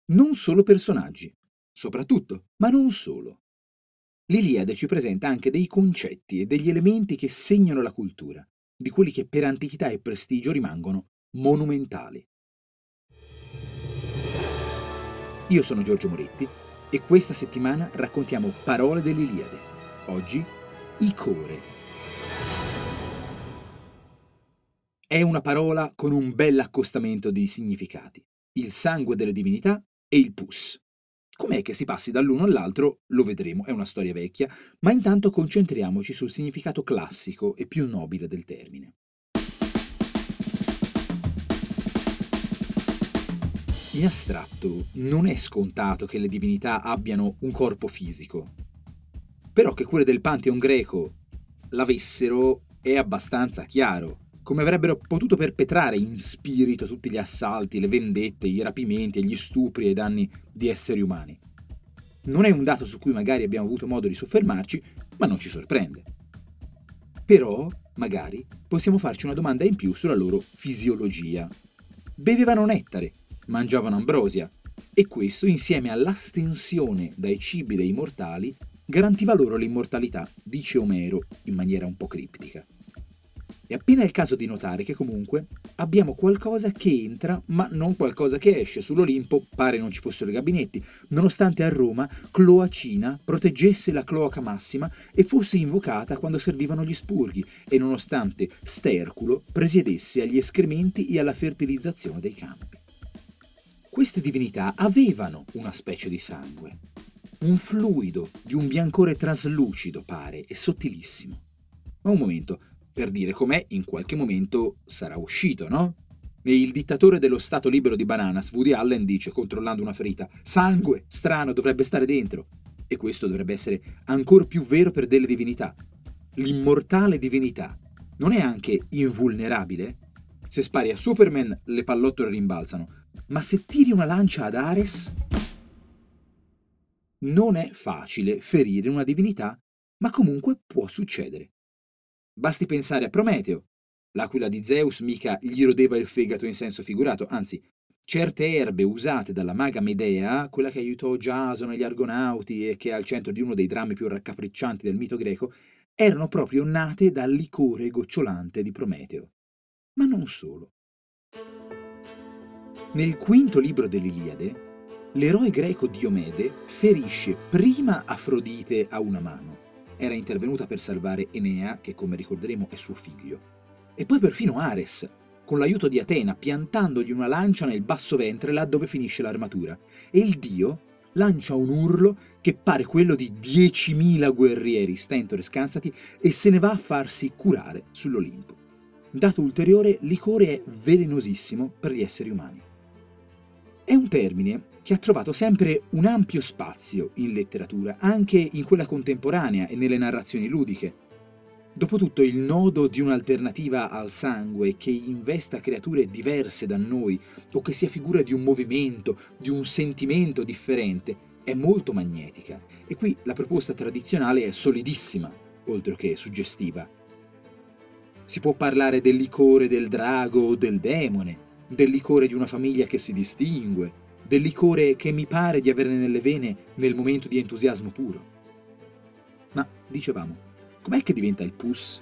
Non solo personaggi, soprattutto, ma non solo. L'Iliade ci presenta anche dei concetti e degli elementi che segnano la cultura, di quelli che per antichità e prestigio rimangono monumentali. Io sono Giorgio Moretti e questa settimana raccontiamo parole dell'Iliade. Oggi, Icore. È una parola con un bell'accostamento di significati. Il sangue delle divinità e il pus. Com'è che si passi dall'uno all'altro? Lo vedremo, è una storia vecchia, ma intanto concentriamoci sul significato classico e più nobile del termine. In astratto non è scontato che le divinità abbiano un corpo fisico, però che quelle del Pantheon greco l'avessero è abbastanza chiaro, come avrebbero potuto perpetrare in spirito tutti gli assalti, le vendette, i rapimenti e gli stupri ai danni di esseri umani. Non è un dato su cui magari abbiamo avuto modo di soffermarci, ma non ci sorprende. Però, magari, possiamo farci una domanda in più sulla loro fisiologia. Bevevano nettare, mangiavano ambrosia, e questo, insieme all'astensione dai cibi dei mortali, garantiva loro l'immortalità, dice Omero in maniera un po' criptica. È appena il caso di notare che comunque abbiamo qualcosa che entra, ma non qualcosa che esce. Sull'Olimpo pare non ci fossero i gabinetti, nonostante a Roma Cloacina proteggesse la cloaca massima e fosse invocata quando servivano gli spurghi, e nonostante Sterculo presiedesse agli escrementi e alla fertilizzazione dei campi. Queste divinità avevano una specie di sangue, un fluido di un biancore traslucido pare e sottilissimo. Ma un momento, per dire com'è, in qualche momento sarà uscito, no? E il dittatore dello Stato libero di Bananas, Woody Allen, dice, controllando una ferita, sangue, strano, dovrebbe stare dentro. E questo dovrebbe essere ancor più vero per delle divinità. L'immortale divinità non è anche invulnerabile? Se spari a Superman, le pallottole rimbalzano, ma se tiri una lancia ad Ares? Non è facile ferire una divinità, ma comunque può succedere. Basti pensare a Prometeo. L'aquila di Zeus mica gli rodeva il fegato in senso figurato, anzi, certe erbe usate dalla maga Medea, quella che aiutò Giasone e gli Argonauti e che è al centro di uno dei drammi più raccapriccianti del mito greco, erano proprio nate dal liquore gocciolante di Prometeo. Ma non solo. Nel quinto libro dell'Iliade, l'eroe greco Diomede ferisce prima Afrodite a una mano. Era intervenuta per salvare Enea, che come ricorderemo è suo figlio, e poi perfino Ares, con l'aiuto di Atena, piantandogli una lancia nel basso ventre là dove finisce l'armatura, e il dio lancia un urlo che pare quello di 10.000 guerrieri stentori e scansati e se ne va a farsi curare sull'Olimpo. Dato ulteriore, l'icore è velenosissimo per gli esseri umani. È un termine che ha trovato sempre un ampio spazio in letteratura, anche in quella contemporanea e nelle narrazioni ludiche. Dopotutto il nodo di un'alternativa al sangue che investa creature diverse da noi o che sia figura di un movimento, di un sentimento differente, è molto magnetica e qui la proposta tradizionale è solidissima, oltre che suggestiva. Si può parlare del licore del drago o del demone, del licore di una famiglia che si distingue, del licore che mi pare di avere nelle vene nel momento di entusiasmo puro. Ma, dicevamo, com'è che diventa il pus?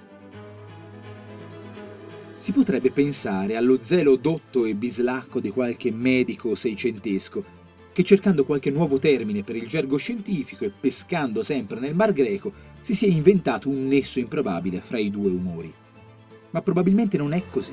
Si potrebbe pensare allo zelo dotto e bislacco di qualche medico seicentesco, che cercando qualche nuovo termine per il gergo scientifico e pescando sempre nel Mar Greco, si sia inventato un nesso improbabile fra i due umori. Ma probabilmente non è così.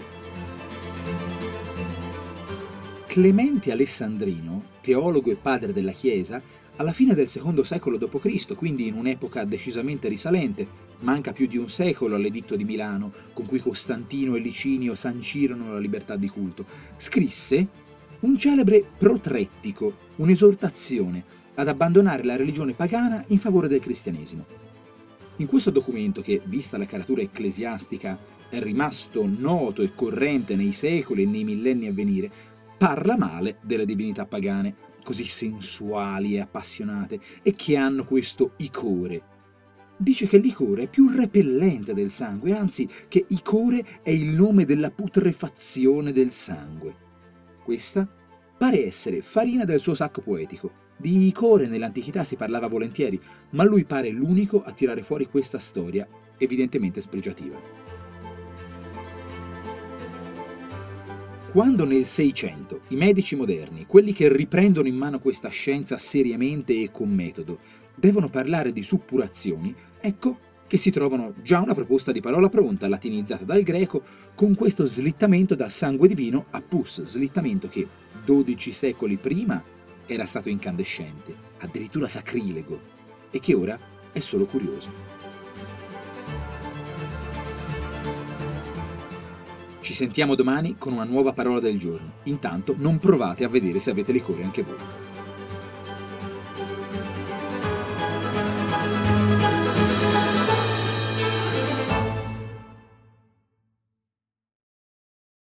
Clemente Alessandrino, teologo e padre della Chiesa, alla fine del II secolo d.C., quindi in un'epoca decisamente risalente, manca più di un secolo all'editto di Milano, con cui Costantino e Licinio sancirono la libertà di culto, scrisse un celebre protrettico, un'esortazione ad abbandonare la religione pagana in favore del cristianesimo. In questo documento, che, vista la caratura ecclesiastica, è rimasto noto e corrente nei secoli e nei millenni a venire, parla male delle divinità pagane, così sensuali e appassionate, e che hanno questo icore. Dice che l'icore è più repellente del sangue, anzi che icore è il nome della putrefazione del sangue. Questa pare essere farina del suo sacco poetico. Di core nell'antichità si parlava volentieri, ma lui pare l'unico a tirare fuori questa storia, evidentemente spregiativa. Quando nel 600 i medici moderni, quelli che riprendono in mano questa scienza seriamente e con metodo, devono parlare di suppurazioni, ecco che si trovano già una proposta di parola pronta, latinizzata dal greco, con questo slittamento da sangue divino a pus, slittamento che 12 secoli prima era stato incandescente, addirittura sacrilego, e che ora è solo curioso. Ci sentiamo domani con una nuova parola del giorno. Intanto non provate a vedere se avete le core anche voi.